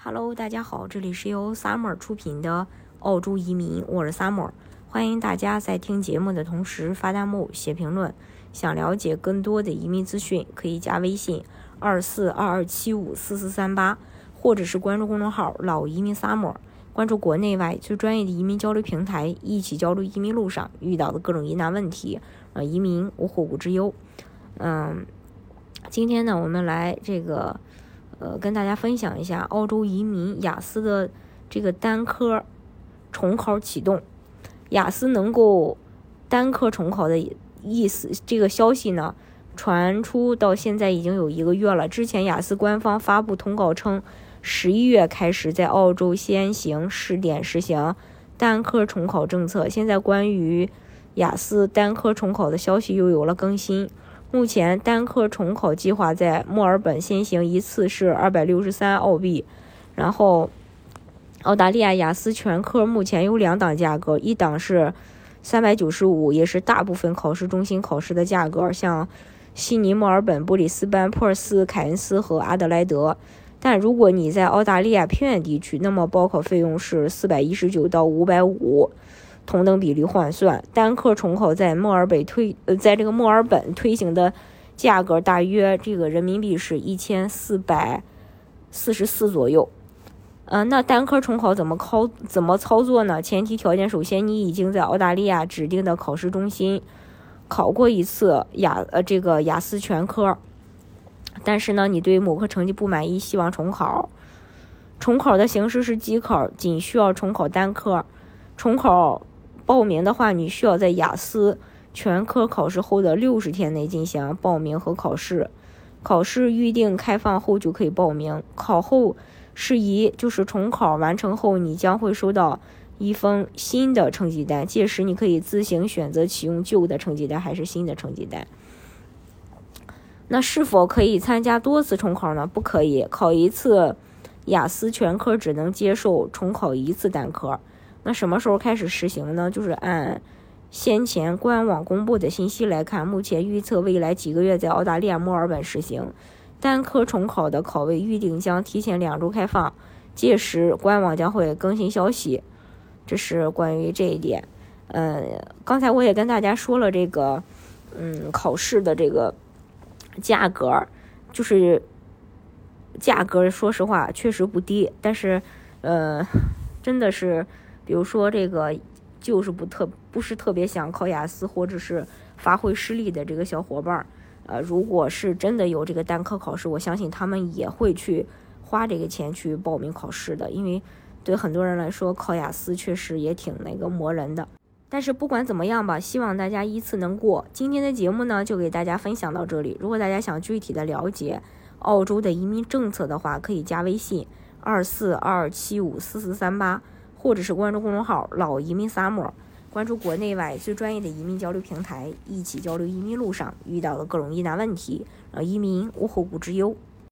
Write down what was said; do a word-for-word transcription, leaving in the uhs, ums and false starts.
Hello， 大家好，这里是由 Summer 出品的澳洲移民，我是 Summer， 欢迎大家在听节目的同时发弹幕、写评论。想了解更多的移民资讯，可以加微信二四二二七五四四三八，或者是关注公众号老移民 Summer， 关注国内外最专业的移民交流平台，一起交流移民路上遇到的各种疑难问题，呃，移民无后顾之忧。嗯，今天呢，我们来这个。呃，跟大家分享一下澳洲移民雅思的这个单科重考启动。雅思能够单科重考的意思，这个消息呢传出到现在已经有一个月了。之前雅思官方发布通告称，十一月开始在澳洲先行试点实行单科重考政策。现在关于雅思单科重考的消息又有了更新。目前单科重考计划在墨尔本先行一次是二百六十三澳币，然后澳大利亚雅思全科目前有两档价格，一档是三百九十五，也是大部分考试中心考试的价格，像悉尼、墨尔本、布里斯班、珀斯、凯恩斯和阿德莱德。但如果你在澳大利亚偏远地区，那么报考费用是四百一十九到五百五。同等比例换算，单科重考在墨尔本推呃，在这个墨尔本推行的价格大约这个人民币是一千四百四十四左右。呃，那单科重考怎么考怎么操作呢？前提条件，首先你已经在澳大利亚指定的考试中心考过一次雅呃这个雅思全科，但是呢，你对某科成绩不满意，希望重考。重考的形式是机考，仅需要重考单科。重考报名的话，你需要在雅思全科考试后的六十天内进行报名和考试。考试预定开放后就可以报名。考后事宜就是重考完成后，你将会收到一封新的成绩单，届时你可以自行选择启用旧的成绩单还是新的成绩单。那是否可以参加多次重考呢？不可以，考一次雅思全科只能接受重考一次单科。那什么时候开始实行呢？就是按先前官网公布的信息来看，目前预测未来几个月在澳大利亚墨尔本实行单科重考的考位预定将提前两周开放，届时官网将会更新消息。这是关于这一点。呃，刚才我也跟大家说了这个，嗯，考试的这个价格，就是价格，说实话确实不低，但是，呃，真的是。比如说这个就是不特不是特别想考雅思或者是发挥失利的这个小伙伴，呃，如果是真的有这个单科考试，我相信他们也会去花这个钱去报名考试的，因为对很多人来说考雅思确实也挺那个磨人的。但是不管怎么样吧，希望大家依次能过。今天的节目呢就给大家分享到这里，如果大家想具体的了解澳洲的移民政策的话，可以加微信二四二二七五四四三八，或者是关注公众号老移民 Summer， 关注国内外最专业的移民交流平台，一起交流移民路上遇到的各种疑难问题，让移民无后顾之忧。